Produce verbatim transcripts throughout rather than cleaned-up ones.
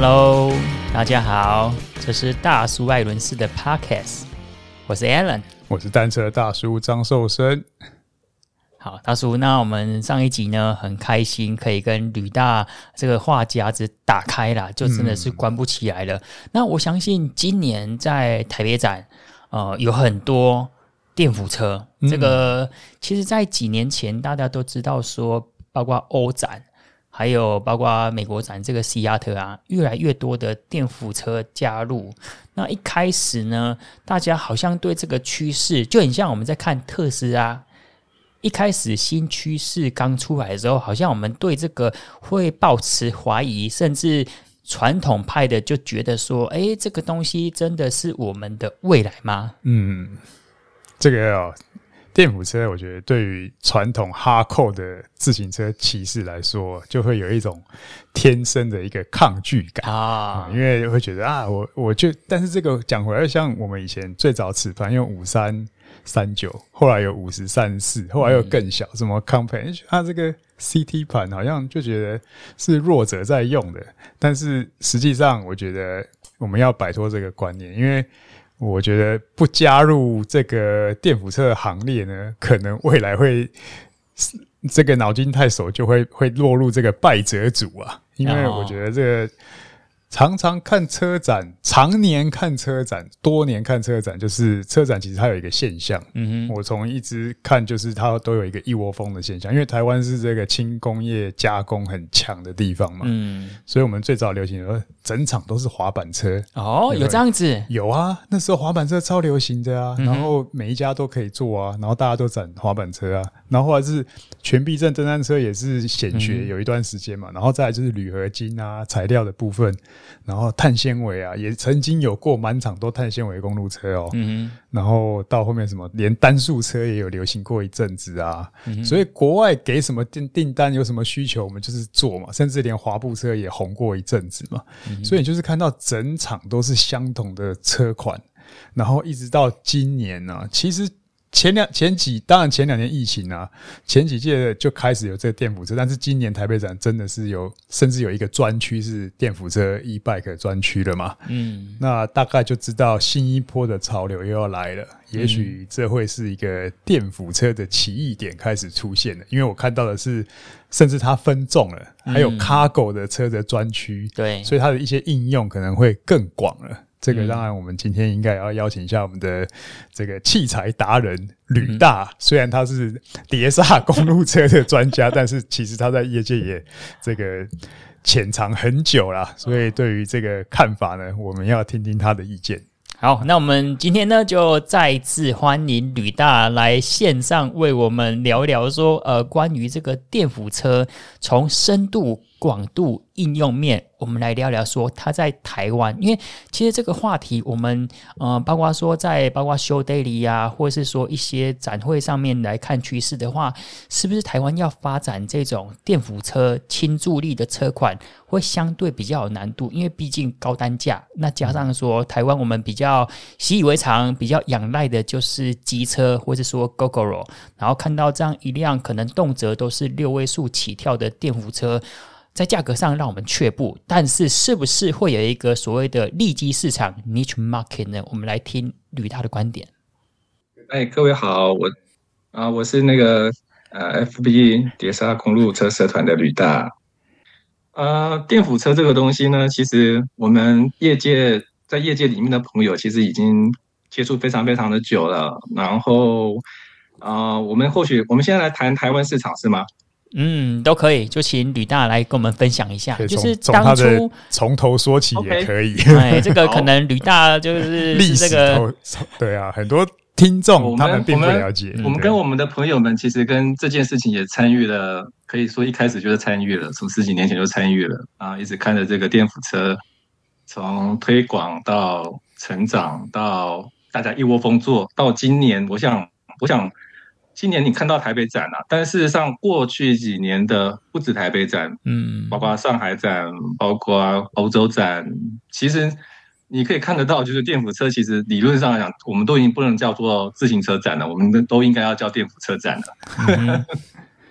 Hello， 大家好，这是大叔艾伦斯的 Podcast， 我是 Alan， 我是单车大叔张寿生。 好，大叔，那我们上一集呢，很开心可以跟吕大这个话匣子打开啦，就真的是关不起来了。嗯、那我相信今年在台北展，呃，有很多电辅车，嗯、这个其实在几年前大家都知道说，包括欧展。还有包括美国展这个西亚特啊，越来越多的电辅车加入。那一开始呢，大家好像对这个趋势就很像我们在看特斯拉。一开始新趋势刚出来的时候，好像我们对这个会抱持怀疑，甚至传统派的就觉得说，哎，这个东西真的是我们的未来吗？ 嗯，这个哦。电辅车我觉得对于传统哈扣的自行车骑士来说，就会有一种天生的一个抗拒感啊、嗯，因为会觉得啊，我我就但是这个讲回来，像我们以前最早齿盘用五三三九，后来有五十三四，后来又更小，什么 Compact， 它这个 C T 盘好像就觉得是弱者在用的，但是实际上我觉得我们要摆脱这个观念，因为。我觉得不加入这个电辅车的行列呢，可能未来会这个脑筋太熟，就会会落入这个败者组啊。因为我觉得这个常常看车展，常年看车展，多年看车展，就是车展其实它有一个现象，嗯哼，我从一直看就是它都有一个一窝蜂的现象，因为台湾是这个轻工业加工很强的地方嘛，嗯，所以我们最早流行的整场都是滑板车哦，有这样子？ 有啊，那时候滑板车超流行的啊，然后每一家都可以做啊，然后大家都展滑板车啊，然后后来是全避震登山车也是显学有一段时间嘛，然后再来就是铝合金啊材料的部分。然后碳纤维啊，也曾经有过满场都碳纤维公路车哦。嗯哼。然后到后面什么，连单速车也有流行过一阵子啊。嗯、所以国外给什么订订单，有什么需求，我们就是做嘛。甚至连滑步车也红过一阵子嘛。嗯、所以你就是看到整场都是相同的车款，然后一直到今年呢、啊，其实。前两前几当然前两年疫情啊，前几届就开始有这个电辅车，但是今年台北展真的是有，甚至有一个专区是电辅车 e-bike 专区了嘛。嗯，那大概就知道新一波的潮流又要来了，也许这会是一个电辅车的奇异点开始出现了，因为我看到的是，甚至它分众了，还有 cargo 的车的专区，对，所以它的一些应用可能会更广了。这个当然，我们今天应该也要邀请一下我们的这个器材达人吕大。嗯、虽然他是碟刹公路车的专家，但是其实他在业界也这个潜藏很久啦。所以对于这个看法呢，我们要听听他的意见。 好，那我们今天呢，就再次欢迎吕大来线上为我们聊聊说，呃，关于这个电辅车从深度、广度、应用面，我们来聊聊说它在台湾，因为其实这个话题我们呃，包括说在包括 Show Daily 啊，或是说一些展会上面来看趋势的话，是不是台湾要发展这种电辅车轻助力的车款，会相对比较有难度，因为毕竟高单价，那加上说台湾我们比较习以为常、比较仰赖的就是机车或是说 Gogoro， 然后看到这样一辆可能动辄都是六位数起跳的电辅车。在价格上让我们却步，但是是不是会有一个所谓的利基市场 niche market 呢？我们来听吕大的观点。 哎，各位好，我啊，我是那个呃 F B 碟刹公路车社团的吕大。呃，电辅车这个东西呢，其实我们业界在业界里面的朋友其实已经接触非常非常的久了。然后啊、呃，我们或许我们现在来谈台湾市场是吗？ 嗯，都可以，就请吕大来跟我们分享一下，就是当初从头说起也可以。 Okay 哎，这个可能吕大就是历史、这个、对啊，很多听众他们并不了解。 我们跟我们的朋友们其实跟这件事情也参与了，可以说一开始就是参与了，从十几年前就参与了啊，一直看着这个电辅车从推广到成长到大家一窝蜂做到今年，我想，我想。今年你看到台北展啊，但事实上过去几年的不止台北展，嗯，包括上海展，包括欧洲展，其实你可以看得到，就是电辅车其实理论上来讲，我们都已经不能叫做自行车展了，我们都应该要叫电辅车展了。嗯、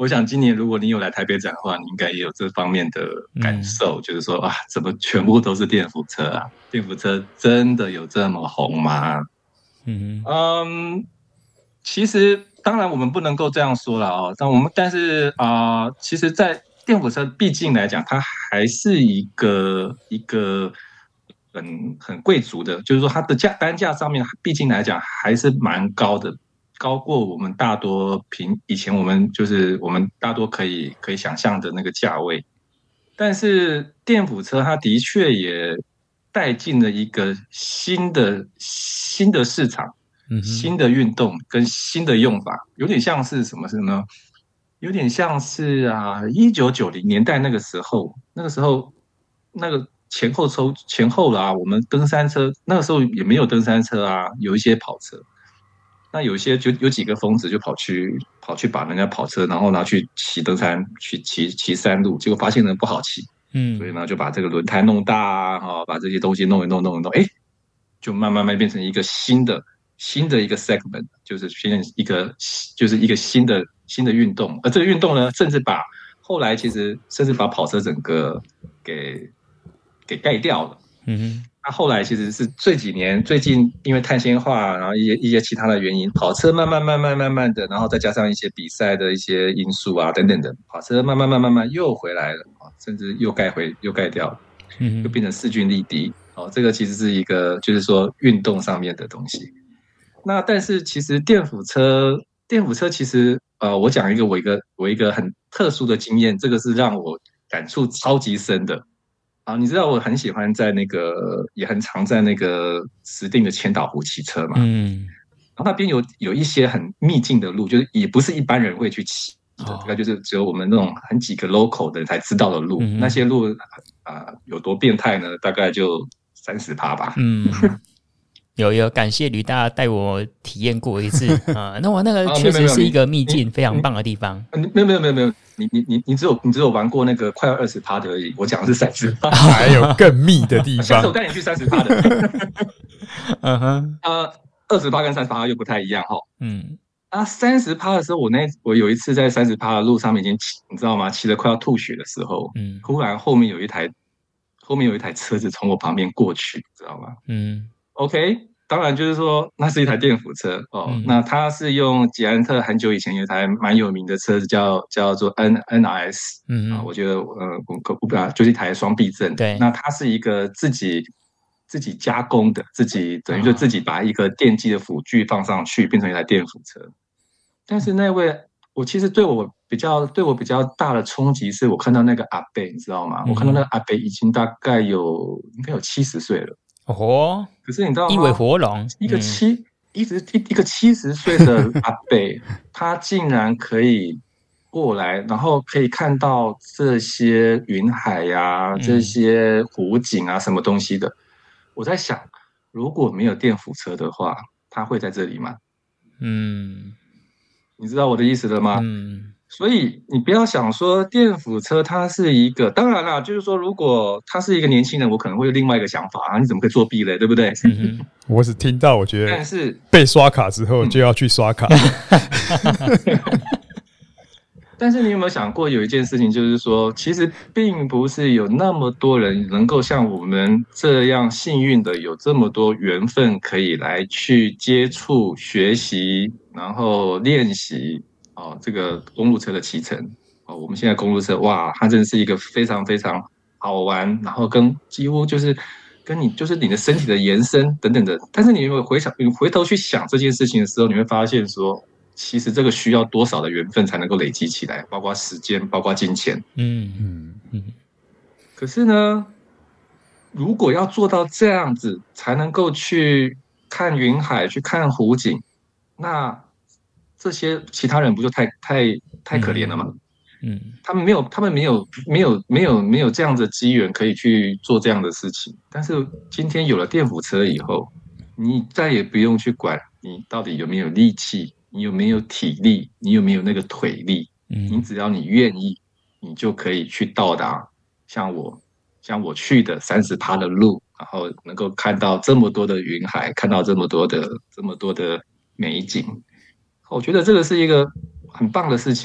我想今年如果你有来台北展的话，你应该也有这方面的感受，嗯、就是说啊，怎么全部都是电扶车啊？电扶车真的有这么红吗？嗯嗯，其实当然我们不能够这样说了哦，但我们但是啊、呃，其实，在电扶车毕竟来讲，它还是一个一个很很贵族的，就是说它的价单价上面，毕竟来讲还是蛮高的。高过我们大多平以前我们就是我们大多可以可以想象的那个价位，但是电辅车它的确也带进了一个新的新的市场、嗯、新的运动跟新的用法，有点像是什么事呢？有点像是啊，一九九零年代那个时候，那个时候那个前后抽前后啦、啊，我们登山车那个时候也没有登山车啊，有一些跑车。那有些就有几个疯子就跑去跑去把人家跑车，然后拿去骑登山，去骑骑山路，结果发现人不好骑，嗯，所以呢就把这个轮胎弄大啊，哈，把这些东西弄一弄弄一弄，哎，就慢慢慢变成一个新的新的一个 segment， 就是现在一个就是一个新的新的运动，而这个运动呢，甚至把后来其实甚至把跑车整个给给盖掉了，嗯哼。那后来其实是这几年，最近因为碳纤化，然后一些一些其他的原因，跑车慢慢慢慢慢慢的，然后再加上一些比赛的一些因素啊等等的，跑车慢慢慢慢慢又回来了，甚至又盖回又盖掉了，嗯，又变成势均力敌。哦，这个其实是一个就是说运动上面的东西。那但是其实电辅车，电辅车其实呃，我讲一个我一个我一个很特殊的经验，这个是让我感触超级深的。啊，你知道我很喜欢在那个，也很常在那个石碇的千岛湖骑车嘛。嗯，然后那边有有一些很秘境的路，就是也不是一般人会去骑的，大概、哦、就是只有我们那种很几个 local 的人才知道的路。嗯、那些路啊、呃、有多变态呢？大概就三十趴吧。嗯。 有有，感谢吕大带我体验过一次啊、呃。那我那个确实是一个秘境，非常棒的地方。 没有没有没有没有，你你你你只有你只有玩过那个快要二十趴的而已。我讲的是三十趴， 还有更密的地方。 下次我带你去三十趴的。嗯哼，呃，二十趴跟三十趴又不太一样哈。嗯，啊，三十趴的时候，我那我有一次在三十趴的路上面已经骑，你知道吗？骑得快要吐血的时候，嗯，忽然后面有一台后面有一台车子从我旁边过去，知道吗？嗯。OK， 当然就是说那是一台电辅车哦、嗯。那它是用捷安特很久以前有一台蛮有名的车子叫叫做 N N R S， 嗯啊，我觉得呃我我不就是一台双避震。 对， 那它是一个自己自己加工的，自己等于就自己把一个电机的辅具放上去，变成一台电辅车。但是那位我其实对我比较对我比较大的冲击是我看到那个阿伯，你知道吗？嗯、我看到那个阿伯已经大概有应该有七十岁了。 哦， 可是你知道吗？ 一尾活龙， 一个七、嗯、一直一一个七十岁的阿伯，他竟然可以过来，然后可以看到这些云海呀、啊、这些湖景啊，什么东西的。嗯、我在想，如果没有电辅车的话，他会在这里吗？嗯，你知道我的意思了吗？嗯。所以你不要想说电辅车它是一个，当然啦，就是说如果他是一个年轻人，我可能会有另外一个想法啊，你怎么可以作弊嘞，对不对？ 嗯、我只听到我觉得，但是被刷卡之后就要去刷卡。嗯、 但是你有没有想过有一件事情，就是说其实并不是有那么多人能够像我们这样幸运的有这么多缘分可以来去接触、学习，然后练习。哦，这个公路车的骑乘，哦，我们现在公路车，哇，它真的是一个非常非常好玩，然后跟几乎就是跟你就是你的身体的延伸等等的。但是你如果回想，你回头去想这件事情的时候，你会发现说，其实这个需要多少的缘分才能够累积起来，包括时间，包括金钱。嗯嗯嗯。可是呢，如果要做到这样子，才能够去看云海，去看湖景，那这些其他人不就太太太可怜了吗？嗯，他们没有，他们没有，没有，没有，没有这样的机缘可以去做这样的事情。但是今天有了电辅车以后，你再也不用去管你到底有没有力气，你有没有体力，你有没有那个腿力。嗯，你只要你愿意，你就可以去到达像我像我去的三十趴的路，然后能够看到这么多的云海，看到这么多的这么多的美景。我觉得这个是一个很棒的事情啊！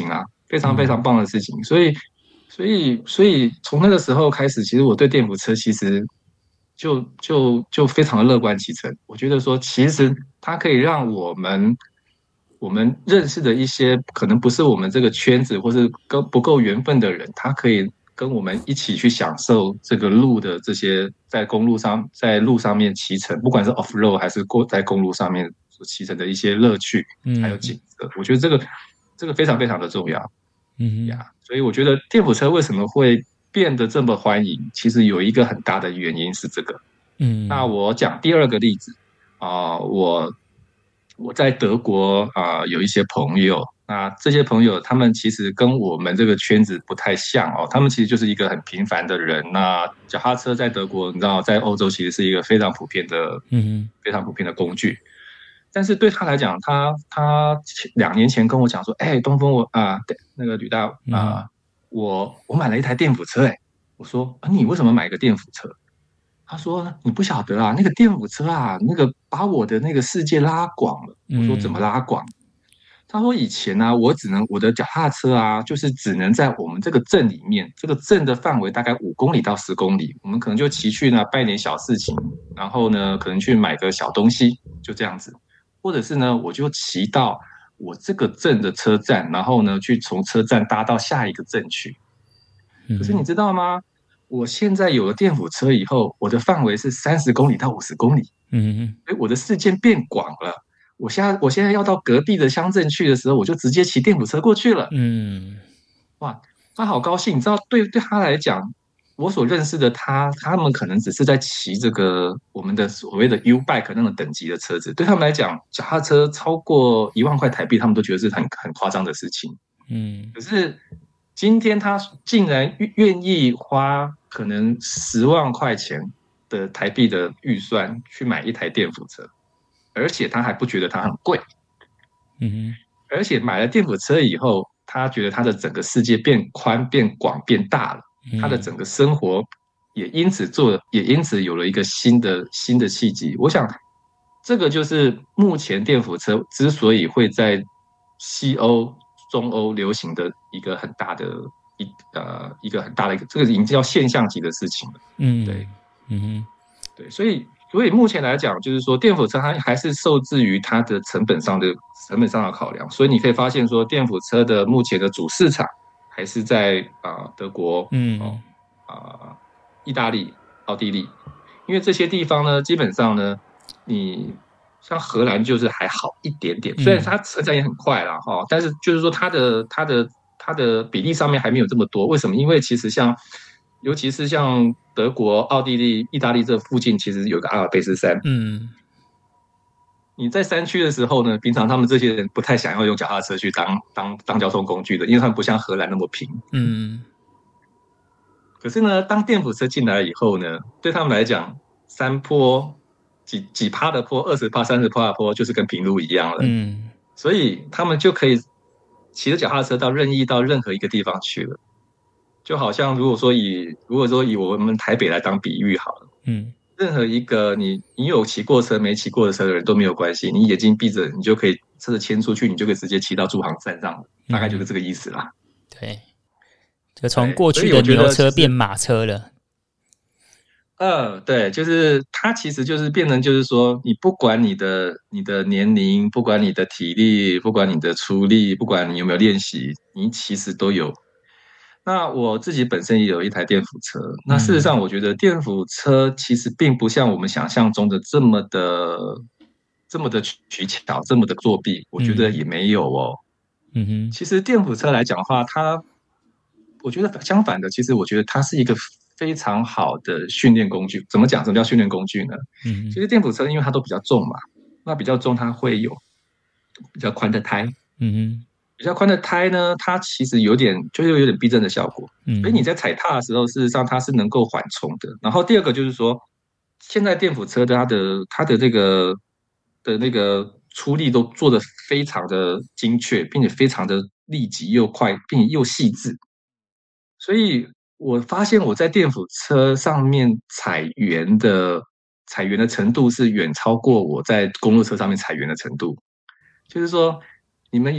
非常非常棒的事情。所以，所以，所以从那个时候开始，其实我对电辅车其实就就就非常的乐观其成。我觉得说，其实它可以让我们我们认识的一些可能不是我们这个圈子或是跟不够缘分的人，他可以跟我们一起去享受这个路的这些在公路上在路上面骑乘，不管是 off road 还是过在公路上面所骑乘的一些乐趣，还有景色，我觉得这个这个非常非常的重要。嗯呀，所以我觉得电辅车为什么会变得这么欢迎，其实有一个很大的原因是这个。嗯，那我讲第二个例子啊、呃，我我在德国啊、呃、有一些朋友，那这些朋友他们其实跟我们这个圈子不太像哦，他们其实就是一个很平凡的人。那脚踏车在德国，你知道，在欧洲其实是一个非常普遍的，嗯，非常普遍的工具。但是对他来讲，他他两年前跟我讲说，哎、欸，东风我啊，那个吕大啊、呃，我我买了一台电辅车、欸，哎，我说啊，你为什么买一个电辅车？他说你不晓得啊，那个电辅车啊，那个把我的那个世界拉广了。我说怎么拉广？他说以前呢、啊，我只能我的脚踏车啊，就是只能在我们这个镇里面，这个镇的范围大概五公里到十公里，我们可能就骑去呢办点小事情，然后呢可能去买个小东西，就这样子。或者是呢，我就骑到我这个镇的车站，然后呢，去从车站搭到下一个镇去。可是你知道吗？我现在有了电辅车以后，我的范围是三十公里到五十公里，嗯，所以我的视线变广了。我现在我现在要到隔壁的乡镇去的时候，我就直接骑电辅车过去了。嗯，哇，他好高兴，你知道，对对他来讲。我所认识的他，他们可能只是在骑这个我们的所谓的 U-Bike 那种等级的车子，对他们来讲，脚踏车超过一万块台币，他们都觉得是很很夸张的事情。嗯，可是今天他竟然愿意花可能十万块钱的台币的预算去买一台电辅车，而且他还不觉得它很贵。嗯，而且买了电辅车以后，他觉得他的整个世界变宽、变广、变大了。他的整个生活也因此做，也因此有了一个新的新的契机。我想，这个就是目前电辅车之所以会在西欧、中欧流行的一个很大的一呃一个很大的一个，这个已经叫现象级的事情了。嗯，对，嗯，对，所以所以目前来讲，就是说电辅车它还是受制于它的成本上的成本上的考量，所以你可以发现说，电辅车的目前的主市场。还是在啊、呃、德国，嗯啊、哦呃、意大利、奥地利，因为这些地方呢，基本上呢，你像荷兰就是还好一点点，虽然它成长也很快啦哈、哦，但是就是说它的它的它的比例上面还没有这么多。为什么？因为其实像尤其是像德国、奥地利、意大利这附近，其实有个阿尔卑斯山，嗯。你在山区的时候呢，平常他们这些人不太想要用脚踏车去当当当交通工具的，因为他们不像荷兰那么平。嗯。可是呢，当电辅车进来以后呢，对他们来讲，山坡几几趴的坡，二十趴、三十趴的坡，就是跟平路一样了。嗯。所以他们就可以骑着脚踏车到任意到任何一个地方去了，就好像如果说以如果说以我们台北来当比喻好了，嗯。任何一个你你有骑过车没骑过的车的人都没有关系，你眼睛闭着，你就可以车子牵出去，你就可以直接骑到驻航站上，大概就是这个意思啦。 对，就从过去的牛车变马车了。 呃，对，就是它其实就是变成就是说，你不管你的你的年龄，不管你的体力，不管你的出力，不管你有没有练习，你其实都有。那我自己本身也有一台电辅车，那事实上我觉得电辅车其实并不像我们想象中的这么的这么的取巧，这么的作弊，我觉得也没有哦。嗯哼，其实电辅车来讲的话，它我觉得相反的，其实我觉得它是一个非常好的训练工具。怎么讲？什么叫训练工具呢？嗯，其实电辅车因为它都比较重嘛，那比较重它会有比较宽的胎。嗯哼。比较宽的胎呢，它其实有点就是有点避震的效果，嗯，所以你在踩踏的时候，事实上它是能够缓冲的。然后第二个就是说，现在电辅车的它的它的这个的那个出力都做得非常的精确，并且非常的立即又快，并且又细致。所以我发现我在电辅车上面踩圆的踩圆的程度是远超过我在公路车上面踩圆的程度，就是说。你们有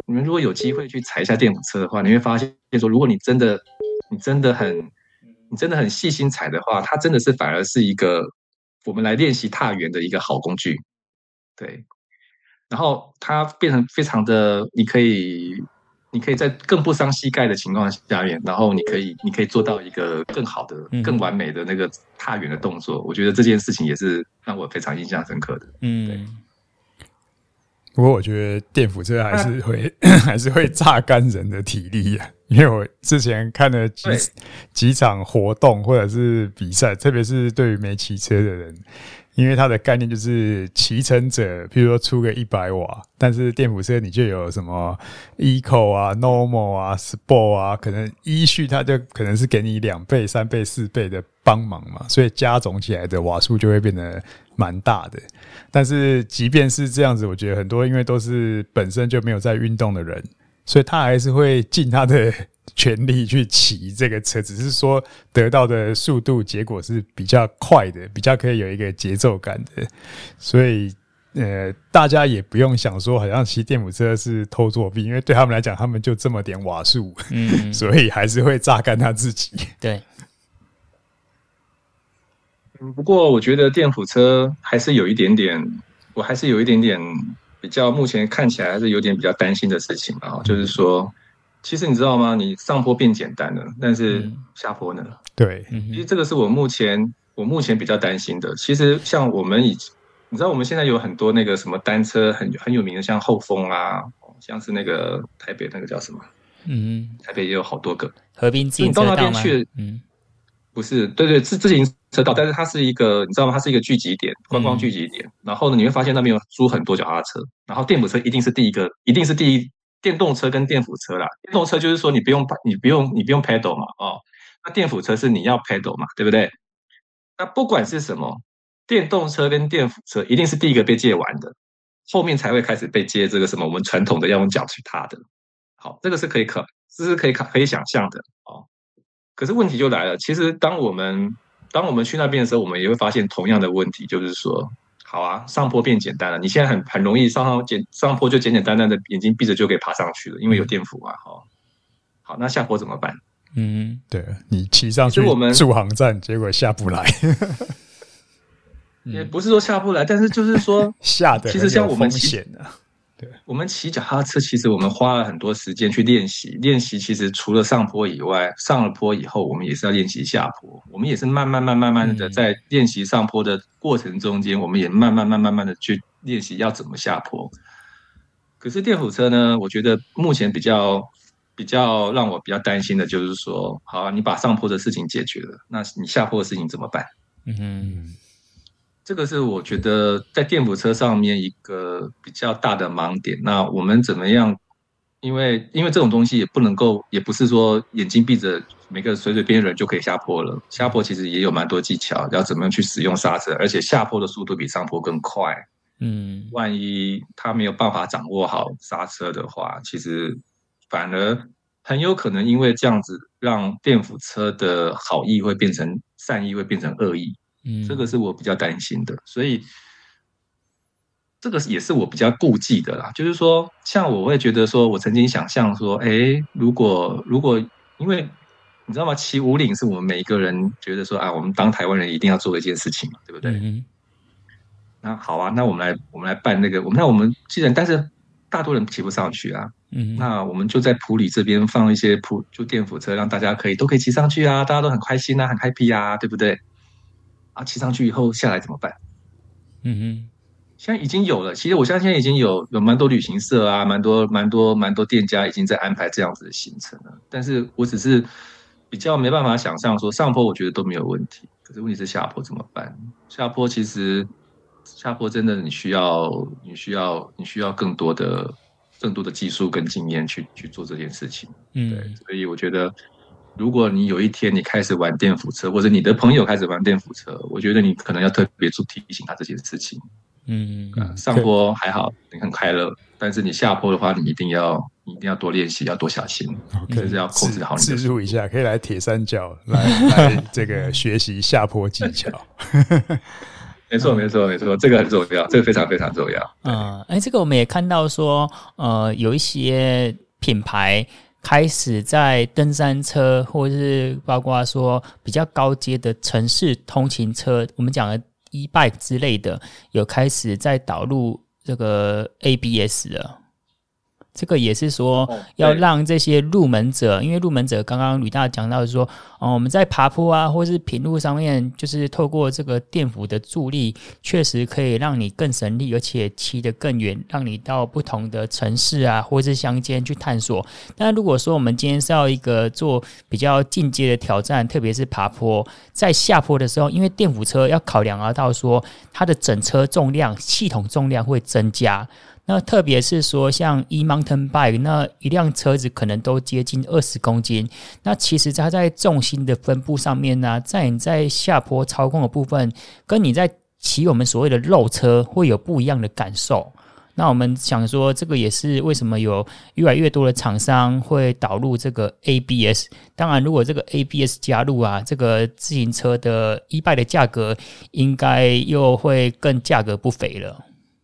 你们如果有机会去踩一下电辅车的话，你会发现说，如果你真的你真的很你真的很细心踩的话，它真的是反而是一个我们来练习踏圆的一个好工具。对，然后它变成非常的，你可以你可以在更不伤膝盖的情况下面，然后你可以你可以做到一个更好的、更完美的那个踏圆的动作。我觉得这件事情也是让我非常印象深刻的。嗯。 不过我觉得电辅车还是会、啊、还是会榨干人的体力啊，因为我之前看了几几场活动或者是比赛，特别是对于没骑车的人，因为它的概念就是骑乘者，譬如说出个一百瓦，但是电辅车你就有什么 Eco 啊、Normal 啊、Sport 啊，可能依序它就可能是给你两倍、三倍、四倍的帮忙嘛，所以加总起来的瓦数就会变得蛮大的。但是即便是这样子，我觉得很多因为都是本身就没有在运动的人，所以他还是会尽他的全力去骑这个车，只是说得到的速度结果是比较快的，比较可以有一个节奏感的。所以呃，大家也不用想说好像骑电辅车是偷作弊，因为对他们来讲他们就这么点瓦数、嗯、所以还是会榨干他自己。 对， 不过我觉得电辅车还是有一点点，我还是有一点点比较，目前看起来还是有点比较担心的事情啊，就是说，其实你知道吗？你上坡变简单了，但是下坡呢？ 对， 其实这个是我目前我目前比较担心的。其实像我们以你知道我们现在有很多那个什么单车很很有名的，像后丰啊，像是那个台北那个叫什么？嗯，台北也有好多个河滨自行车道吗？你到那边去， 嗯。不是，对对，是自行车道，但是它是一个，你知道吗？它是一个聚集点，观光聚集点。嗯、然后呢，你会发现那边有租很多脚踏车，然后电辅车一定是第一个，一定是第一，电动车跟电辅车啦。电动车就是说你不用，你不用，你不用 pedal 嘛，哦，那电辅车是你要 pedal 嘛，对不对？那不管是什么，电动车跟电辅车一定是第一个被借完的，后面才会开始被借这个什么我们传统的要用脚去踏的。好，这个是可以可，这是可以可以想象的哦。可是问题就来了，其实当我们当我们去那边的时候，我们也会发现同样的问题，就是说，好啊，上坡变简单了，你现在很很容易上上简上坡就简简单单的眼睛闭着就可以爬上去了，因为有电辅嘛，哈、哦。好，那下坡怎么办？ 嗯，对，你骑上去驻航站，结果下不来。 也不是说下不来，但是就是说下的其实像我们骑对，我们骑脚踏车，其实我们花了很多时间去练习。练习其实除了上坡以外，上了坡以后，我们也是要练习下坡。我们也是慢慢、慢、慢慢的在练习上坡的过程中间，我们也慢慢、慢、慢慢的去练习要怎么下坡。可是电辅车呢，我觉得目前比较比较让我比较担心的就是说，好啊，你把上坡的事情解决了，那你下坡的事情怎么办？嗯。这个是我觉得在电辅车上面一个比较大的盲点。那我们怎么样？因为因为这种东西也不能够，也不是说眼睛闭着每个随随便人就可以下坡了。下坡其实也有蛮多技巧，要怎么样去使用刹车，而且下坡的速度比上坡更快。嗯，万一他没有办法掌握好刹车的话，其实反而很有可能因为这样子，让电辅车的好意会变成善意，会变成恶意。嗯，这个是我比较担心的，所以这个也是我比较顾忌的啦。就是说，像我会觉得说，我曾经想象说，哎，如果如果因为你知道吗？骑武岭是我们每一个人觉得说啊，我们当台湾人一定要做的一件事情嘛，对不对？嗯、那好啊，那我们来我们来办那个，我们那我们既然但是大多人骑不上去啊，嗯、那我们就在埔里这边放一些埔就电辅车，让大家可以都可以骑上去啊，大家都很开心啊，很 happy 啊，对不对？啊，骑上去以后下来怎么办？嗯哼，现在已经有了。其实我相信现在已经有有蛮多旅行社啊，蛮多蛮多蛮多店家已经在安排这样子的行程了。但是我只是比较没办法想象说上坡，我觉得都没有问题。可是问题是下坡怎么办？下坡其实下坡真的你需要你需要你需要更多的更多的技术跟经验去去做这件事情。嗯，对，所以我觉得。如果你有一天你开始玩电辅车，或者你的朋友开始玩电辅车，我觉得你可能要特别去提醒他这件事情。嗯，上坡还好，你很快乐，但是你下坡的话，你一定要你一定要多练习，要多小心，就是要控制好你的。 自入一下，可以来铁三角来来这个学习下坡技巧。 没错，没错，没错，这个很重要，这个非常非常重要。 嗯，哎、欸，这个我们也看到说，呃，有一些品牌开始在登山车，或者是包括说比较高阶的城市通勤车，我们讲的 e-bike 之类的，有开始在导入这个 A B S 了。这个也是说要让这些入门者，因为入门者刚刚吕大讲到说，哦，我们在爬坡啊，或是平路上面，就是透过这个电辅的助力，确实可以让你更省力，而且骑得更远，让你到不同的城市啊，或是乡间去探索。但如果说我们今天是要一个做比较进阶的挑战，特别是爬坡，在下坡的时候，因为电辅车要考量到说它的整车重量、系统重量会增加。那特别是说像 e-mountain bike， 那一辆车子可能都接近二十公斤，那其实它在重心的分布上面呢、啊，在你在下坡操控的部分，跟你在骑我们所谓的肉车会有不一样的感受。那我们想说，这个也是为什么有越来越多的厂商会导入这个 A B S。当然，如果这个 A B S 加入啊，这个自行车的 e-bike 的价格应该又会更价格不菲了。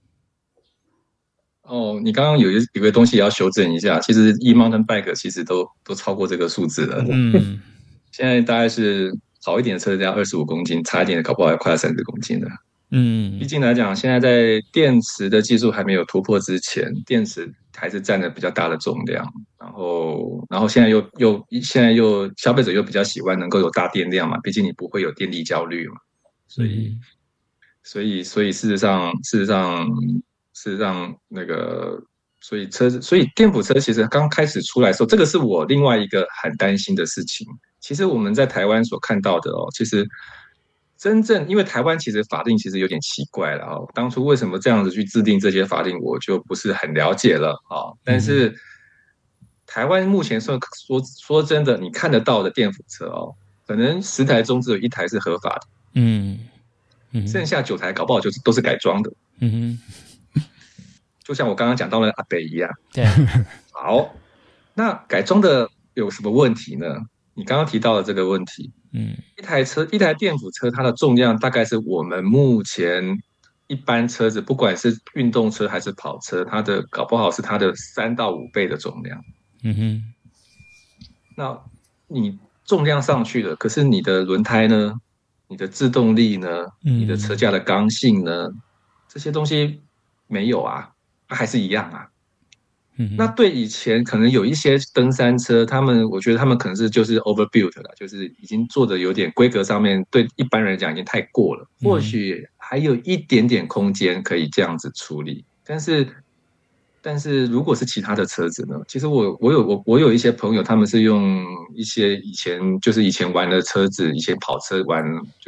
哦，你刚刚有一有个东西也要修正一下，其实 e-mountain bike 其实都都超过这个数字了。嗯，现在大概是好一点的车子要二十五公斤，差一点的搞不好要快要三十公斤了。嗯，毕竟来讲，现在在电池的技术还没有突破之前，电池还是占了比较大的重量。然后，然后现在又又现在又消费者又比较喜欢能够有大电量嘛，毕竟你不会有电力焦虑嘛。所以，嗯、所以，所以事实上，事实上。事实上，那个，所以车子，所以电辅车其实刚开始出来的时候，这个是我另外一个很担心的事情。其实我们在台湾所看到的哦，其实真正因为台湾其实法令其实有点奇怪了哦，当初为什么这样子去制定这些法令，我就不是很了解了啊。但是台湾目前说说说真的，你看得到的电辅车哦，可能十台中只有一台是合法的，嗯嗯，剩下九台搞不好就是都是改装的，嗯哼。就像我刚刚讲到的阿北一样，对，好，那改装的有什么问题呢？你刚刚提到的这个问题，嗯，一台车，一台电辅车，它的重量大概是我们目前一般车子，不管是运动车还是跑车，它的搞不好是它的三到五倍的重量，嗯哼。那你重量上去了，可是你的轮胎呢？你的制动力呢？嗯、你的车架的刚性呢？这些东西没有啊。还是一样啊，嗯，那对以前可能有一些登山车，他们我觉得他们可能是就是 overbuilt 了，就是已经做的有点规格上面对一般人讲已经太过了，或许还有一点点空间可以这样子处理，但是但是如果是其他的车子呢？其实我我有我我有一些朋友，他们是用一些以前就是以前玩的车子，以前跑车玩就是。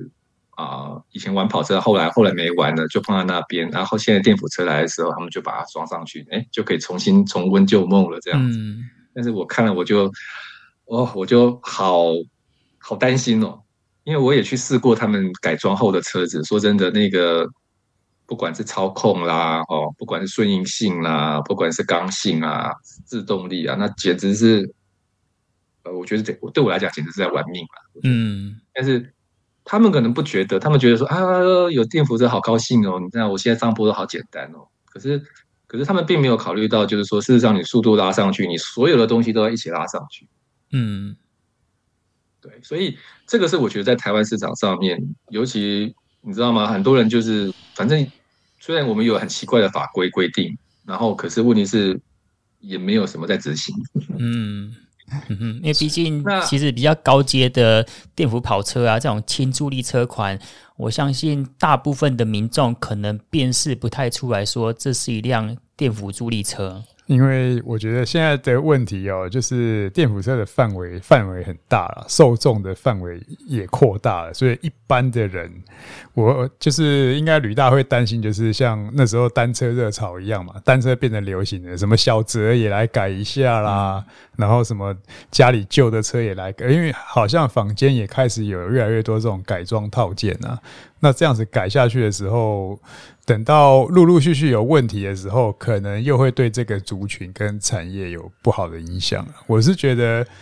啊、呃，以前玩跑车，后来后来没玩了，就放在那边。然后现在电辅车来的时候，他们就把它装上去，哎，就可以重新重温旧梦了，这样子。嗯、但是我看了，我就，哦，我就好好担心哦，因为我也去试过他们改装后的车子。说真的，那个不管是操控啦，哦，不管是顺应性啦，不管是刚性啊、制动力啊，那简直是，呃，我觉得对对我来讲，简直是在玩命了。嗯，但是。他们可能不觉得，他们觉得说啊，有电辅车好高兴哦！你看我现在上坡都好简单哦。可是，可是他们并没有考虑到，就是说，事实上你速度拉上去，你所有的东西都要一起拉上去。嗯，对，所以这个是我觉得在台湾市场上面，尤其你知道吗？很多人就是反正虽然我们有很奇怪的法规规定，然后可是问题是也没有什么在执行。嗯。 嗯哼，因为毕竟其实比较高阶的电辅跑车啊，这种轻助力车款，我相信大部分的民众可能辨识不太出来说这是一辆电辅助力车。 因为我觉得现在的问题哦，就是电辅车的范围范围很大了，受众的范围也扩大了，所以一般的人，我就是应该吕大会担心，就是像那时候单车热潮一样嘛，单车变得流行了，什么小折也来改一下啦，嗯、然后什么家里旧的车也来改，因为好像坊间也开始有越来越多这种改装套件啊，那这样子改下去的时候。等到陆陆续续有问题的时候，可能又会对这个族群跟产业有不好的影响。我是觉得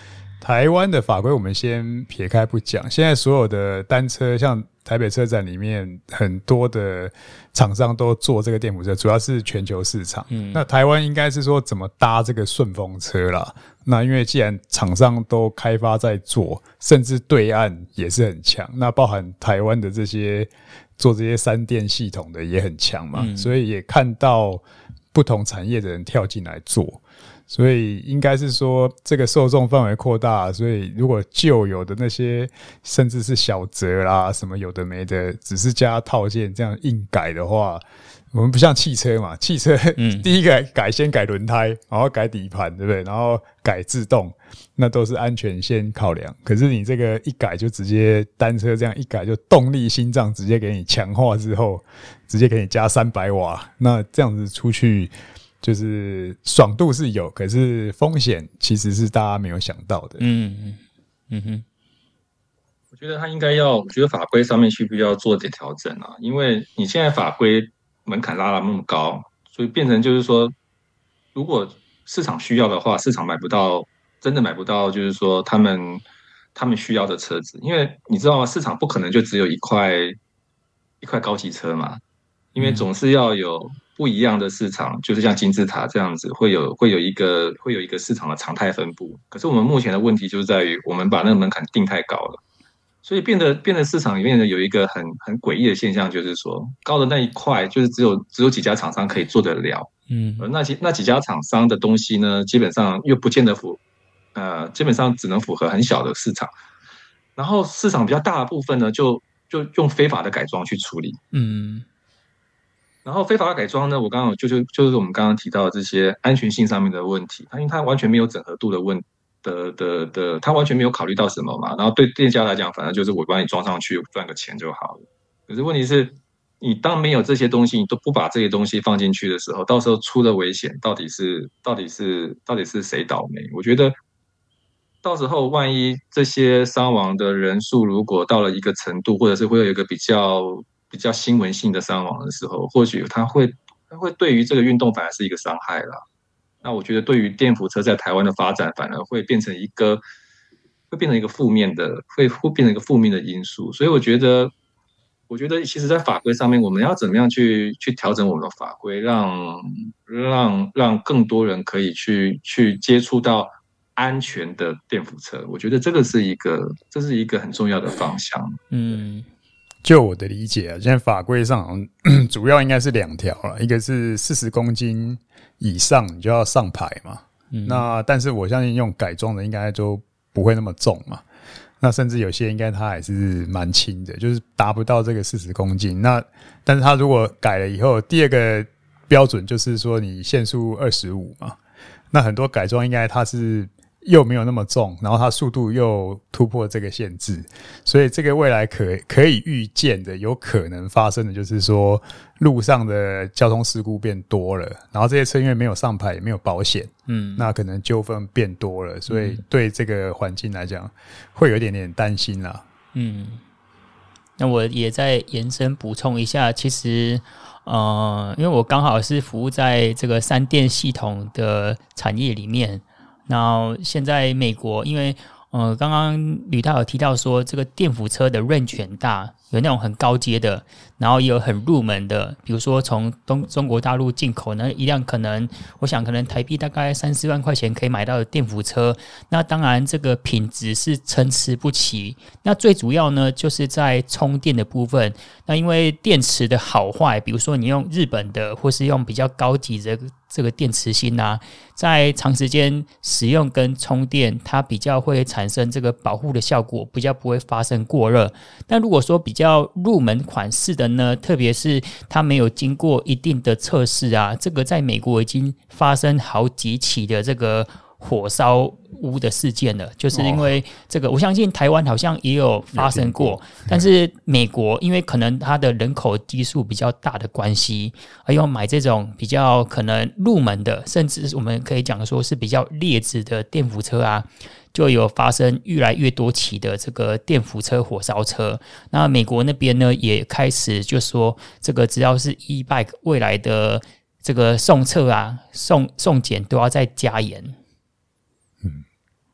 台湾的法规我们先撇开不讲，现在所有的单车，像台北车展里面很多的厂商都做这个电辅车，主要是全球市场。嗯，那台湾应该是说怎么搭这个顺风车啦。那因为既然厂商都开发在做，甚至对岸也是很强，那包含台湾的这些做这些三电系统的也很强嘛、嗯，所以也看到不同产业的人跳进来做。所以应该是说这个受众范围扩大，所以如果旧有的那些甚至是小折啦什么有的没的只是加套件这样硬改的话，我们不像汽车嘛，汽车、嗯、第一个改先改轮胎，然后改底盘，对不对？然后改制动，那都是安全先考量。可是你这个一改就直接单车这样一改就动力心脏直接给你强化之后，直接给你加三百瓦，那这样子出去就是爽度是有，可是风险其实是大家没有想到的。 嗯嗯哼， 我觉得他应该要，我觉得法规上面需不需要做点调整啊？因为你现在法规门槛拉得那么高，所以变成就是说，如果市场需要的话，市场买不到，真的买不到，就是说他们他们需要的车子，因为你知道吗？市场不可能就只有一块一块高级车嘛，因为总是要有不一样的市场，就是像金字塔这样子，会有会有一个会有一个市场的常态分布。可是我们目前的问题就是在于，我们把那个门槛定太高了，所以变得变得市场里面有一个很很诡异的现象，就是说高的那一块就是只有只有几家厂商可以做得了，嗯，而那几那几家厂商的东西呢，基本上又不见得符，呃，基本上只能符合很小的市场，然后市场比较大的部分呢，就就用非法的改装去处理，嗯。然后非法的改装呢，我刚刚就是就是我们刚刚提到的这些安全性上面的问题，它因为它完全没有整合度的问的的的，它完全没有考虑到什么嘛。然后对店家来讲，反正就是我帮你装上去赚个钱就好了。可是问题是，你当没有这些东西，你都不把这些东西放进去的时候，到时候出了危险，到底是到底是到底是谁倒霉？我觉得到时候万一这些伤亡的人数如果到了一个程度，或者是会有一个比较。比较新闻性的伤亡的时候，或许它会它会对于这个运动反而是一个伤害啦。那我觉得对于电辅车在台湾的发展，反而会变成一个会变成一个负面的，会会变成一个负面的因素。所以我觉得，我觉得其实在法规上面，我们要怎么样去去调整我们的法规，让让让更多人可以去去接触到安全的电辅车。我觉得这个是一个这是一个很重要的方向。嗯。 就我的理解啊，现在法规上主要应该是两条啦，一个是四十公斤以上你就要上牌嘛，嗯、那但是我相信用改装的应该就不会那么重嘛，那甚至有些应该它还是蛮轻的，就是达不到这个四十公斤。那但是它如果改了以后，第二个标准就是说你限速二十五嘛，那很多改装应该它是。又没有那么重，然后它速度又突破这个限制，所以这个未来可可以预见的有可能发生的就是说路上的交通事故变多了，然后这些车因为没有上牌也没有保险，嗯，那可能纠纷变多了，所以对这个环境来讲会有一点点担心啦。 嗯，那我也再延伸补充一下，其实呃，因为我刚好是服务在这个三电系统的产业里面。那现在美国，因为呃，刚刚吕大有提到说，这个电辅车的 range 很大，有那种很高阶的，然后也有很入门的，比如说从东中国大陆进口呢，一辆可能，我想可能台币大概三四万块钱可以买到的电辅车，那当然这个品质是参差不齐。那最主要呢，就是在充电的部分。那因为电池的好坏，比如说你用日本的，或是用比较高级的这个电池芯啊，在长时间使用跟充电，它比较会产生这个保护的效果，比较不会发生过热。但如果说比较入门款式的呢，特别是它没有经过一定的测试啊，这个在美国已经发生好几起的这个火烧屋的事件了，就是因为这个，我相信台湾好像也有发生过，但是美国因为可能它的人口基数比较大的关系，而要买这种比较可能入门的，甚至我们可以讲说是比较劣质的电辅车啊，就有发生越来越多起的这个电辅车火烧车。那美国那边呢也开始就说，这个只要是 e-bike 未来的这个送测啊、送送检都要再加严。 对，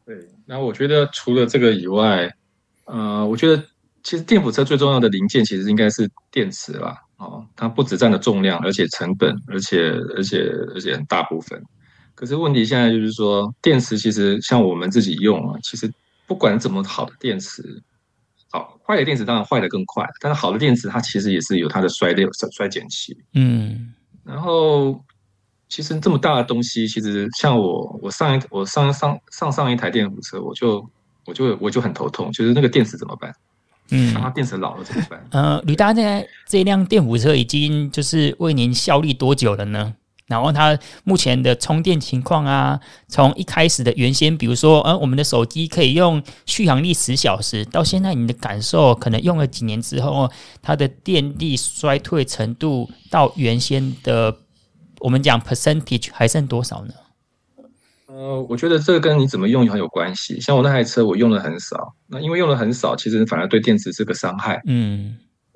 那我觉得除了这个以外，呃，我觉得其实电辅车最重要的零件其实应该是电池啦。哦，它不只占了重量，而且成本，而且而且而且很大部分。可是问题现在就是说，电池其实像我们自己用啊，其实不管怎么好的电池，好坏的电池当然坏的更快，但是好的电池它其实也是有它的衰劣衰减期。 嗯， 然后其实这么大的东西，其实像我我上一我上上上上一台电辅车，我就我就我就很头痛，就是那个电池怎么办？嗯，它电池老了怎么办？ 呃，吕大这这辆电辅车已经就是为您效力多久了呢？然后它目前的充电情况啊，从一开始的原先，比如说，呃，我们的手机可以用续航力十小时，到现在你的感受，可能用了几年之后，它的电力衰退程度到原先的，我们讲 percentage 还剩多少呢？ 呃，我觉得这个跟你怎么用很有关系。像我那台车，我用的很少，那因为用的很少，其实反而对电池是个伤害。 嗯，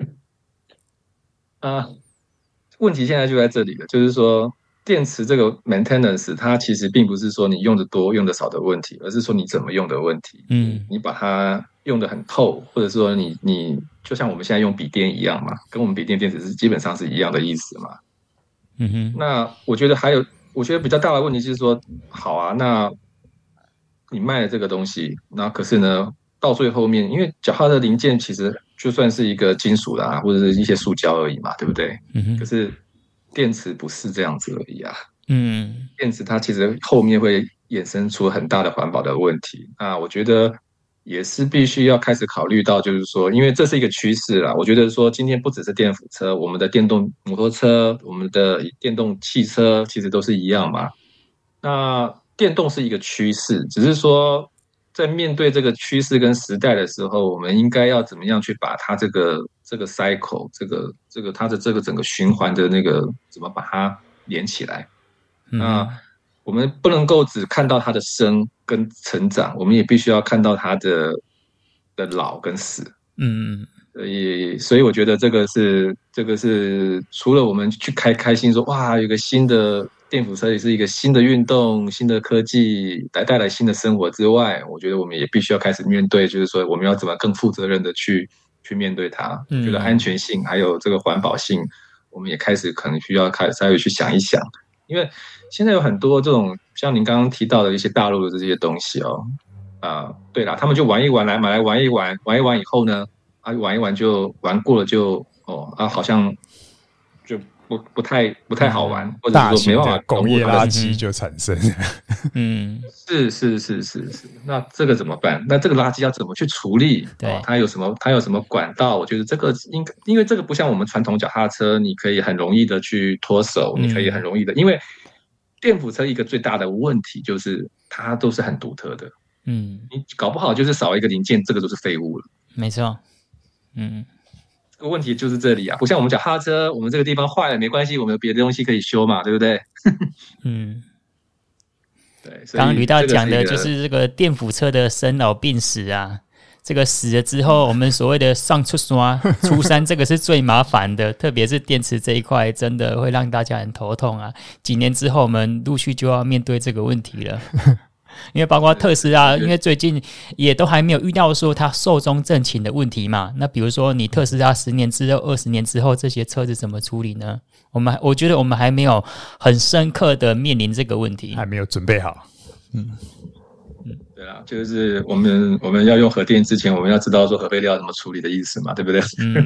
啊、呃，问题现在就在这里了，就是说电池这个 maintenance， 它其实并不是说你用的多用的少的问题，而是说你怎么用的问题。 嗯， 你把它用的很透，或者说你你就像我们现在用笔电一样嘛，跟我们笔电电池是基本上是一样的意思嘛。 嗯哼， 那我觉得还有，我觉得比较大的问题就是说，好啊，那你卖了这个东西，那可是呢，到最后面，因为脚踏的零件其实就算是一个金属的啊，或者是一些塑胶而已嘛，对不对？ 嗯哼， 可是电池不是这样子而已啊。 嗯， 电池它其实后面会衍生出很大的环保的问题。那我觉得也是必须要开始考虑到，就是说，因为这是一个趋势啦。我觉得说，今天不只是电辅车，我们的电动摩托车、我们的电动汽车，其实都是一样嘛。那电动是一个趋势，只是说在面对这个趋势跟时代的时候，我们应该要怎么样去把它这个这个 cycle， 这个这个它的这个整个循环的那个怎么把它连起来？那我们不能够只看到它的生跟成长，我们也必须要看到它的的老跟死。嗯，所以所以我觉得这个是这个是除了我们去开开心说哇，有个新的电辅车也是一个新的运动、新的科技来带来新的生活之外，我觉得我们也必须要开始面对，就是说我们要怎么更负责任的去去面对它。我觉得安全性还有这个环保性，我们也开始可能需要开始稍微去想一想。因为现在有很多这种像您刚刚提到的一些大陆的这些东西哦，啊、呃，对啦，他们就玩一玩来买来玩一玩，玩一玩以后呢，啊，玩一玩就玩过了就哦啊，好像就不不太不太好玩，嗯、或者说没办法工业垃圾就产生。 嗯， 是是是是是，那这个怎么办？那这个垃圾要怎么去处理？ 对， 哦、它有什么它有什么管道？我觉得这个应该，因为这个不像我们传统脚踏车，你可以很容易的去脱手，嗯、你可以很容易的，因为电辅车一个最大的问题就是它都是很独特的，嗯，你搞不好就是少一个零件，这个就是废物了。 没错，嗯。 这个问题就是这里啊，不像我们脚踏车，我们这个地方坏了没关系，我们有别的东西可以修嘛，对不对？嗯， 对。刚刚吕大讲的就是这个电辅车的生老病死啊，这个死了之后，我们所谓的上出山、出山，这个是最麻烦的，特别是电池这一块，真的会让大家很头痛啊。几年之后，我们陆续就要面对这个问题了。因为包括特斯拉，因为最近也都还没有遇到说它寿终正寝的问题嘛。那比如说你特斯拉十年之后、二十年之后，这些车子怎么处理呢？我们我觉得我们还没有很深刻的面临这个问题， 还没有准备好。嗯嗯，对啊，就是我们我们要用核电之前，我们要知道说核废料怎么处理的意思嘛，对不对？嗯。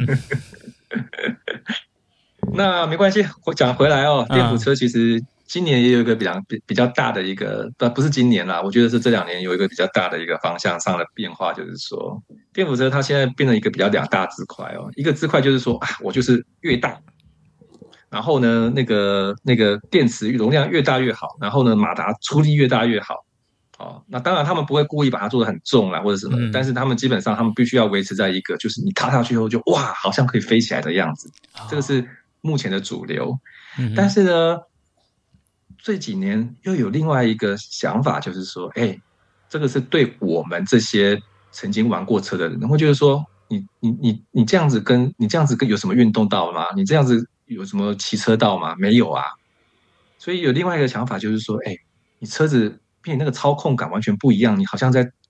那没关系，我讲回来哦，电辅车其实。今年也有一个比较比较大的一个，不是今年啦，我觉得是这两年有一个比较大的一个方向上的变化，就是说电辅车它现在变成一个比较两大支块哦，一个支块就是说啊，我就是越大，然后呢那个那个电池容量越大越好，然后呢马达出力越大越好，哦，那当然他们不会故意把它做得很重啦或者什么，嗯、但是他们基本上他们必须要维持在一个就是你踏下去后就哇好像可以飞起来的样子，这个是目前的主流，嗯、但是呢。这几年又有另外一个想法，就是说，哎，这个是对我们这些曾经玩过车的人，会觉得说，你你你你这样子跟你这样子跟有什么运动到吗？你这样子有什么骑车道吗？没有啊。所以有另外一个想法，就是说，哎，你车子跟你那个操控感完全不一样，你好像在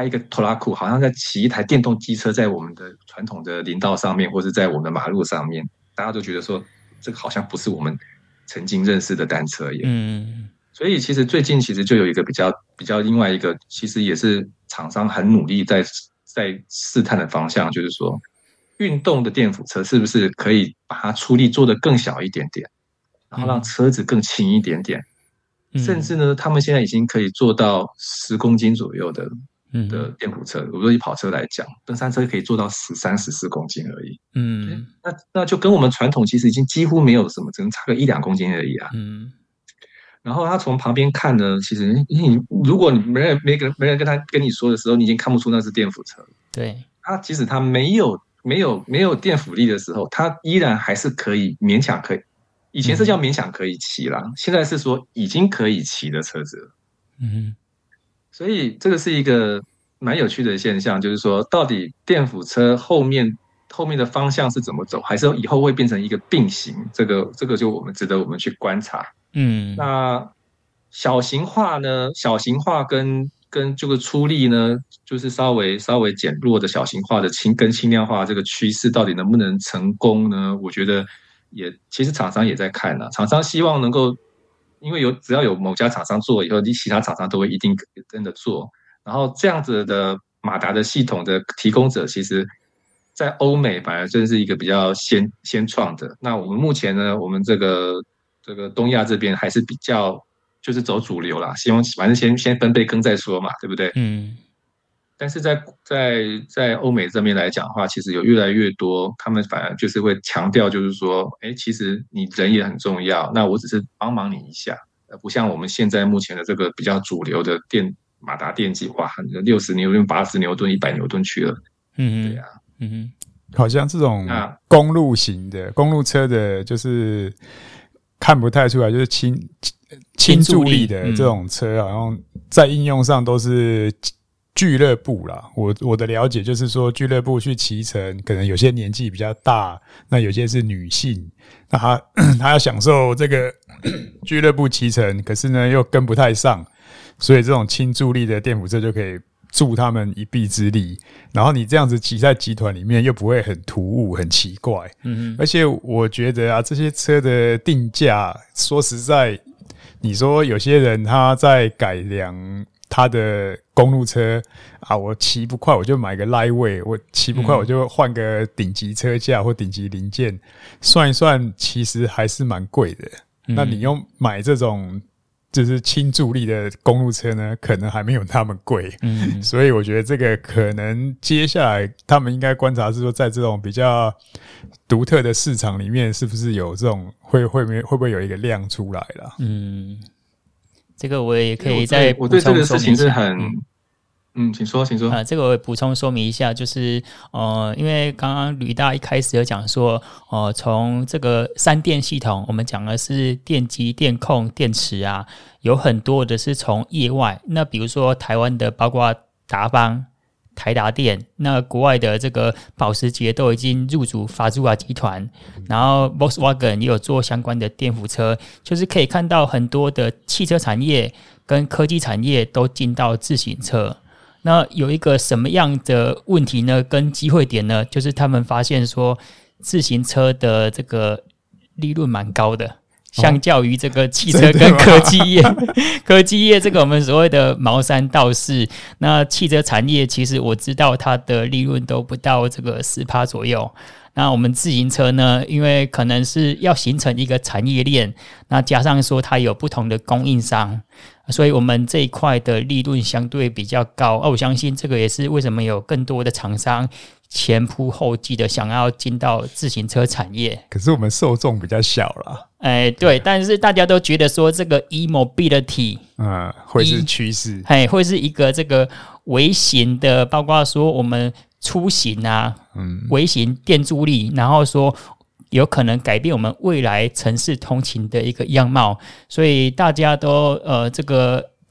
开一个拖拉库，好像在骑一台电动机车在我们的传统的林道上面，或是在我们的马路上面，大家都觉得说这个好像不是我们曾经认识的单车耶。嗯，所以其实最近其实就有一个比较比较另外一个，其实也是厂商很努力在在试探的方向，就是说运动的电辅车是不是可以把它出力做得更小一点点，然后让车子更轻一点点。嗯、甚至呢，他们现在已经可以做到十公斤左右的的电辅车。如果以跑车来讲，登山车可以做到十三、十四公斤而已。嗯，那那就跟我们传统其实已经几乎没有什么，只能差个一两公斤而已啊。嗯。然后他从旁边看呢，其实你如果你没人没人没人跟他跟你说的时候，你已经看不出那是电辅车。对，他即使他没有没有没有电辅力的时候，他依然还是可以勉强可以。以前是叫勉强可以骑啦，嗯、现在是说已经可以骑的车子了。嗯，所以这个是一个蛮有趣的现象，就是说到底电辅车后面后面的方向是怎么走，还是以后会变成一个并行？这个这个就我们值得我们去观察。嗯，那小型化呢？小型化跟跟这个出力呢，就是稍微稍微减弱的小型化的轻跟轻量化这个趋势，到底能不能成功呢？我觉得也其实厂商也在看了、啊，厂商希望能够，因为有只要有某家厂商做以后，其他厂商都会一定跟着做。然后这样子的马达的系统的提供者，其实在欧美反而真是一个比较先先创的。那我们目前呢，我们这个。这个东亚这边还是比较就是走主流啦，希望反正先先分配耕再说嘛，对不对？嗯。但是在在在欧美这边来讲的话，其实有越来越多，他们反而就是会强调，就是说，哎，其实你人也很重要，那我只是帮忙你一下，而不像我们现在目前的这个比较主流的电马达电机，哇，六十牛顿、八十牛顿、一百牛顿去了。嗯，对啊， 嗯，好像这种公路型的公路车的，就是。看不太出来，就是轻轻助力的这种车，好像在应用上都是俱乐部啦。我我的了解就是说，俱乐部去骑乘，可能有些年纪比较大，那有些是女性，那她她要享受这个俱乐部骑乘，可是呢又跟不太上，所以这种轻助力的电辅车就可以助他们一臂之力，然后你这样子骑在集团里面又不会很突兀、很奇怪。嗯，而且我觉得啊，这些车的定价，说实在，你说有些人他在改良他的公路车啊，我骑不快我就买个 Lightweight， 我骑不快我就换个顶级车架或顶级零件，算一算其实还是蛮贵的。嗯，那你用买这种。就是轻助力的公路车呢，可能还没有那么贵，嗯，所以我觉得这个可能接下来他们应该观察是说，在这种比较独特的市场里面，是不是有这种会会会不会有一个量出来啦？ 嗯，这个我也可以再我对这个事情是很。嗯，请说，请说。 啊，这个我补充说明一下，就是呃，因为刚刚吕大一开始有讲说，呃，从这个三电系统，我们讲的是电机、电控、电池啊，有很多的是从业外。那比如说台湾的，包括达邦、台达电，那国外的这个保时捷都已经入主法祖瓦集团，然后 Volkswagen 也有做相关的电辅车，就是可以看到很多的汽车产业跟科技产业都进到自行车。那有一个什么样的问题呢？跟机会点呢？就是他们发现说，自行车的这个利润蛮高的，相较于这个汽车跟科技业，哦、科技业这个我们所谓的毛三到四，那汽车产业其实我知道它的利润都不到这个 百分之十 左右。那我们自行车呢，因为可能是要形成一个产业链，那加上说它有不同的供应商，所以我们这一块的利润相对比较高。啊，我相信这个也是为什么有更多的厂商前仆後繼的想要进到自行车产业。 可是我们受众比较小啦。 哎，对，但是大家都觉得说这个 e-mobility 嗯会是趋势， 哎，会是一个这个微型的，包括说我们出行啊，嗯，微型电助力，然后说有可能改变我们未来城市通勤的一个样貌，所以大家都呃这个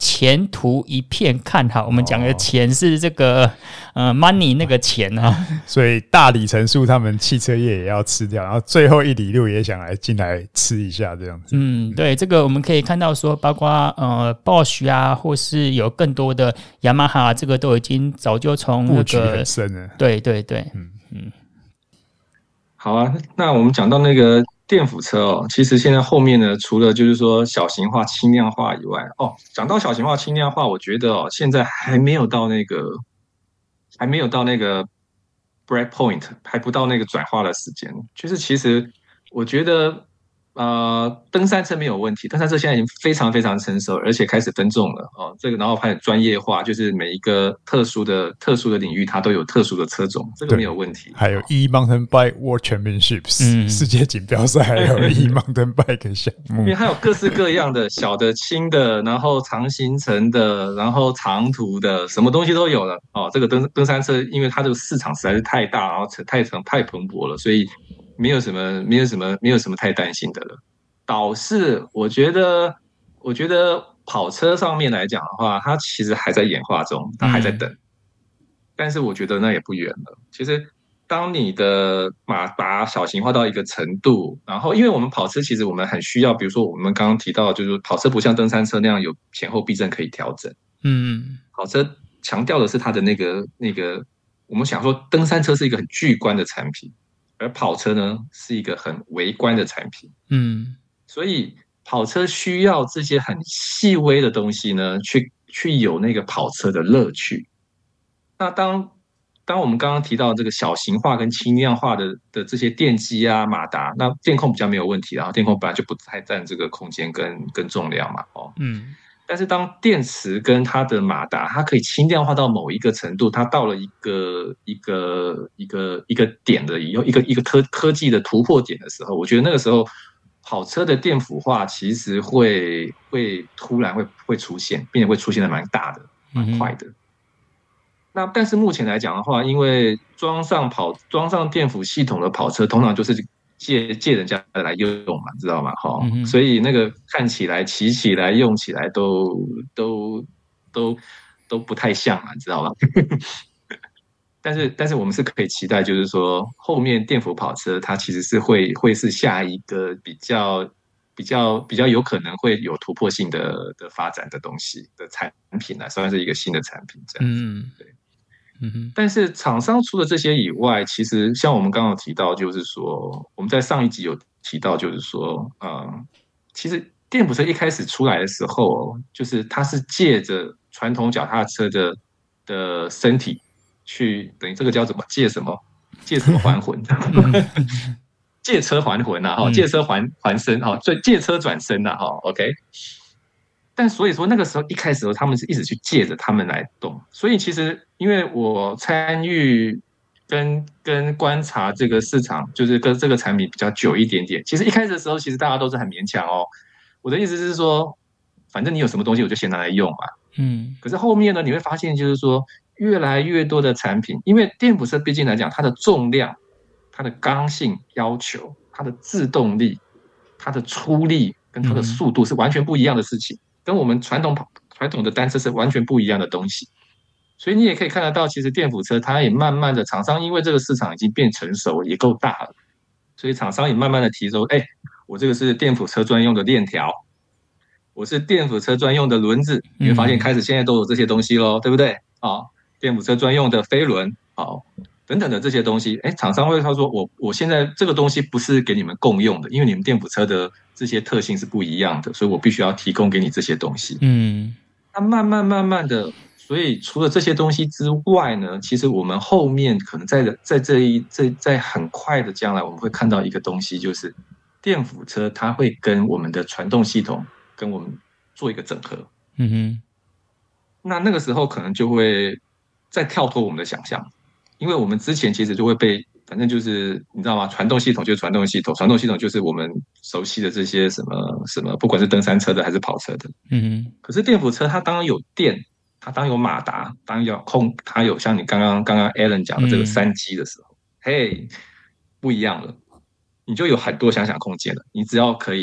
前途一片看好。我们讲的钱是这个呃 money 那个钱啊， 所以大里程数他们汽车业也要吃掉，然后最后一里路也想来进来吃一下这样子。 嗯，对，这个我们可以看到说，包括呃 Bosch 啊，或是有更多的雅马哈，这个都已经早就从那个布局很深了。 对对对， 嗯嗯。 好啊，那我们讲到那个电辅车哦，其实现在后面呢，除了就是说小型化、轻量化以外，哦，讲到小型化、轻量化，我觉得哦，现在还没有到那个，还没有到那个 break point， 还不到那个转化的时间。就是其实我觉得，呃，登山车没有问题，登山车现在已经非常非常成熟，而且开始分众了哦。这个然后开始专业化，就是每一个特殊的特殊的领域，它都有特殊的车种，这个没有问题。 还有 E Mountain Bike World Championships、 嗯、 世界锦标赛，还有 E Mountain Bike 项目， 因为它有各式各样的小的、轻的，然后长行程的，然后长途的，什么东西都有了哦。这个登登山车，因为它这个市场实在是太大，然后太太太蓬勃了，所以没有什么没有什么没有什么太担心的了。倒是我觉得，我觉得跑车上面来讲的话，它其实还在演化中，它还在等。嗯、但是我觉得那也不远了。其实，当你的马达小型化到一个程度，然后因为我们跑车其实我们很需要，比如说我们刚刚提到，就是跑车不像登山车那样有前后避震可以调整。嗯，跑车强调的是它的那个那个，我们想说登山车是一个很巨观的产品，而跑车呢是一个很微观的产品。嗯。所以跑车需要这些很细微的东西呢，去去有那个跑车的乐趣。那当当我们刚刚提到这个小型化跟轻量化的的这些电机啊、马达，那电控比较没有问题，然后电控本来就不太占这个空间跟跟重量嘛，哦，嗯。但是当电池跟它的马达，它可以轻量化到某一个程度，它到了一个一个一个一个点的以后，一个一个科科技的突破点的时候，我觉得那个时候。跑车的电辅化其实会会突然会会出现，并且会出现的蛮大的、蛮快的。嗯、那但是目前来讲的话，因为装上跑装上电辅系统的跑车，通常就是借借人家来用嘛，知道吗？哈、嗯，所以那个看起来、骑起来、用起来都都都都不太像啊，知道吗？但是，但是我们是可以期待，就是说，后面电辅跑车它其实是会会是下一个比较比较比较有可能会有突破性的的发展的东西的产品啊，算是一个新的产品这样子。嗯，对，嗯哼。但是厂商除了这些以外，其实像我们刚刚提到，就是说我们在上一集有提到，就是说，嗯，其实电辅车一开始出来的时候，就是它是借着传统脚踏车的的身体。去等于这个叫怎么借什么借什么还魂，借车还魂呐，哈，借车还还身哈，所以借车转身呐，哈 ，OK。但所以说那个时候一开始的时候，他们是一直去借着他们来动，所以其实因为我参与跟跟观察这个市场，就是跟这个产品比较久一点点。其实一开始的时候，其实大家都是很勉强哦。我的意思是说，反正你有什么东西，我就先拿来用嘛。嗯。可是后面呢，你会发现就是说。越来越多的产品，因为电辅车毕竟来讲，它的重量、它的刚性要求、它的制动力、它的出力跟它的速度是完全不一样的事情，嗯、跟我们传统传统的单车是完全不一样的东西。所以你也可以看得到，其实电辅车它也慢慢的，厂商因为这个市场已经变成熟，也够大了，所以厂商也慢慢的提出，哎，我这个是电辅车专用的链条，我是电辅车专用的轮子，你会发现开始现在都有这些东西咯，对不对？啊。电辅车专用的飞轮，好，等等的这些东西，哎，厂商会他说我我现在这个东西不是给你们共用的，因为你们电辅车的这些特性是不一样的，所以我必须要提供给你这些东西。嗯，那慢慢慢慢的，所以除了这些东西之外呢，其实我们后面可能在在这一这在很快的将来，我们会看到一个东西，就是电辅车它会跟我们的传动系统跟我们做一个整合。嗯哼，那那个时候可能就会。再跳脱我们的想象，因为我们之前其实就会被，反正就是你知道吗？传动系统就是传动系统，传动系统就是我们熟悉的这些什么什么，不管是登山车的还是跑车的。嗯哼。可是电辅车它当有电，它当有马达，当有控，它有像你刚刚刚刚 Alan 讲的这个三机的时候，嘿、嗯，不一样了，你就有很多想象空间了。你只要可以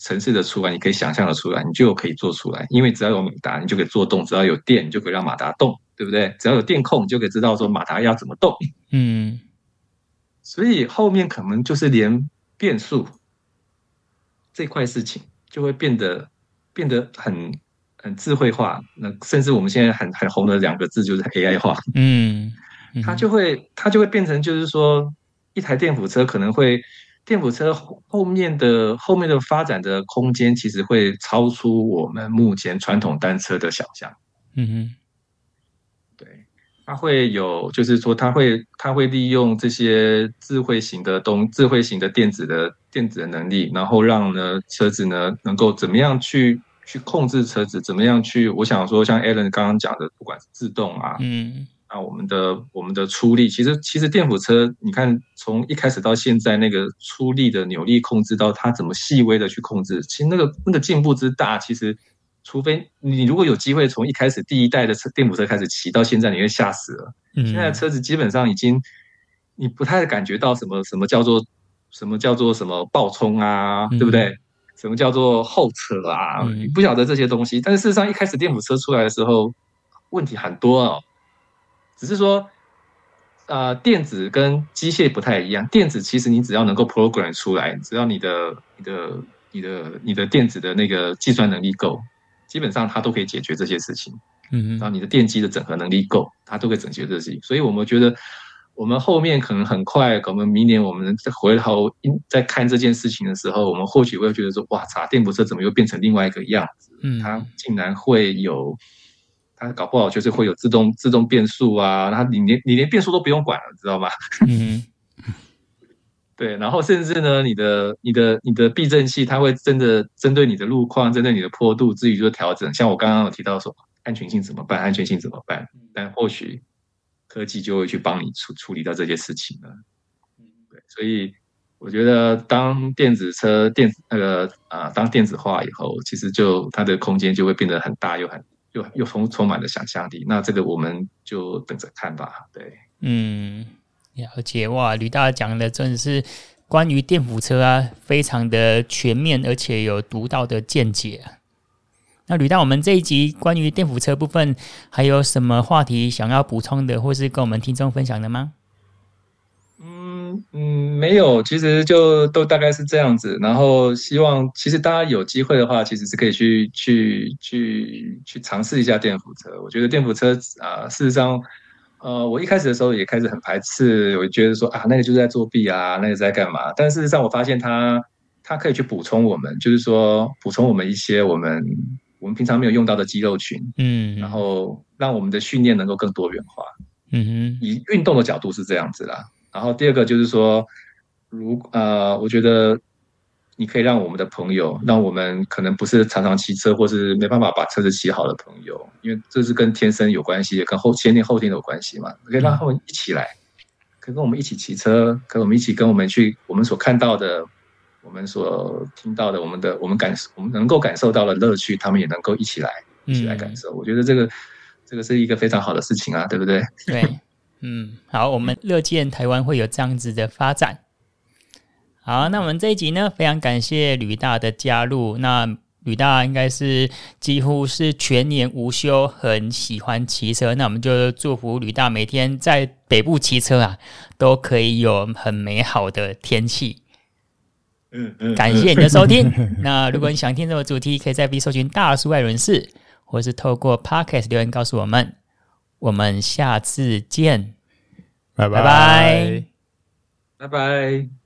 程式的出来，你可以想象的出来，你就可以做出来。因为只要有马达，你就可以做动；只要有电，你就可以让马达动，对不对？只要有电控，你就可以知道说马达要怎么动。 嗯， 所以后面可能就是连变速这块事情就会变得变得很很智慧化。那甚至我们现在很很红的两个字就是 A I 化。 嗯，嗯它就会它就会变成就是说，一台电辅车可能会。电辅车后面的后面的发展的空间，其实会超出我们目前传统单车的想象。 嗯哼， 对，它会有，就是说，它会它会利用这些智慧型的东智慧型的电子的电子的能力，然后让呢车子呢能够怎么样去去控制车子，怎么样去，我想说，像 Alan 刚刚讲的，不管是自动啊， 嗯。 那我们的我们的出力，其实其实电辅车，你看从一开始到现在，那个出力的扭力控制到它怎么细微的去控制，其实那个那个进步之大，其实除非你如果有机会从一开始第一代的车电辅车开始骑到现在，你会吓死了。嗯、现在的车子基本上已经你不太感觉到什么什么叫做什么叫做什么爆冲啊，嗯、对不对？什么叫做后扯啊？嗯、你不晓得这些东西，但是事实上一开始电辅车出来的时候，问题很多哦。只是说，呃，电子跟机械不太一样。电子其实你只要能够 program 出来，只要你的、你的、你的、你的电子的那个计算能力够，基本上它都可以解决这些事情。嗯，然后你的电机的整合能力够，它都可以解决这些事情。所以我们觉得，我们后面可能很快，可能明年我们再回头在看这件事情的时候，我们或许会觉得说，哇，查电辅车怎么又变成另外一个样子？嗯，它竟然会有。它搞不好就是会有自动自动变速啊，它你连你连变速都不用管了，知道吗？嗯，对，然后甚至呢，你的你的你的避震器，它会真的针对你的路况，针对你的坡度，自己做调整。像我刚刚有提到说，安全性怎么办？安全性怎么办？但或许科技就会去帮你处处理到这些事情了。对，所以我觉得当电子车电那个啊、呃，当电子化以后，其实就它的空间就会变得很大，又很。又又充充满了想象力，那这个我们就等着看吧。对， 嗯，了解。哇，吕大讲的真的是关于电辅车啊，非常的全面，而且有独到的见解。那吕大，我们这一集关于电辅车部分，还有什么话题想要补充的，或是跟我们听众分享的吗？ 嗯嗯，没有，其实就都大概是这样子。然后希望，其实大家有机会的话，其实是可以去去去去尝试一下电辅车。我觉得电辅车啊、呃，事实上，呃，我一开始的时候也开始很排斥，我觉得说啊，那个就是在作弊啊，那个在干嘛？但事实上，我发现它它可以去补充我们，就是说补充我们一些我们我们平常没有用到的肌肉群，嗯，然后让我们的训练能够更多元化。嗯哼，以运动的角度是这样子啦。然后第二个就是说，如呃，我觉得你可以让我们的朋友，让我们可能不是常常骑车或是没办法把车子骑好的朋友，因为这是跟天生有关系，跟后先天后天有关系嘛，可以让他们一起来，可以跟我们一起骑车，可以我们一起跟我们去我们所看到的，我们所听到的，我们的我们感我们能够感受到的乐趣，他们也能够一起来一起来感受。嗯、我觉得这个这个是一个非常好的事情啊，对不对？ 对。嗯，好，我们乐见台湾会有这样子的发展。好，那我们这一集呢，非常感谢吕大的加入。那吕大应该是几乎是全年无休，很喜欢骑车。那我们就祝福吕大每天在北部骑车啊，都可以有很美好的天气。嗯嗯，感谢你的收听。那如果你想听这个主题，可以在 B 搜寻大叔爱伦士，或是透过 Podcast 留言告诉我们。我们下次见， 拜拜拜拜拜拜。